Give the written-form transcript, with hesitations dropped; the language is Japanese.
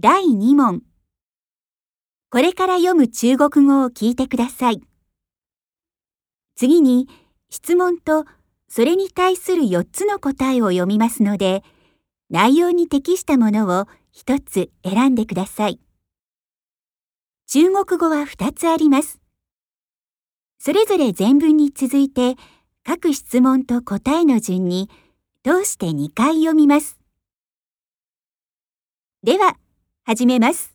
第2問。これから読む中国語を聞いてください。次に質問とそれに対する4つの答えを読みますので、内容に適したものを1つ選んでください。中国語は2つあります。それぞれ前文に続いて各質問と答えの順に通して2回読みます。では、始めます。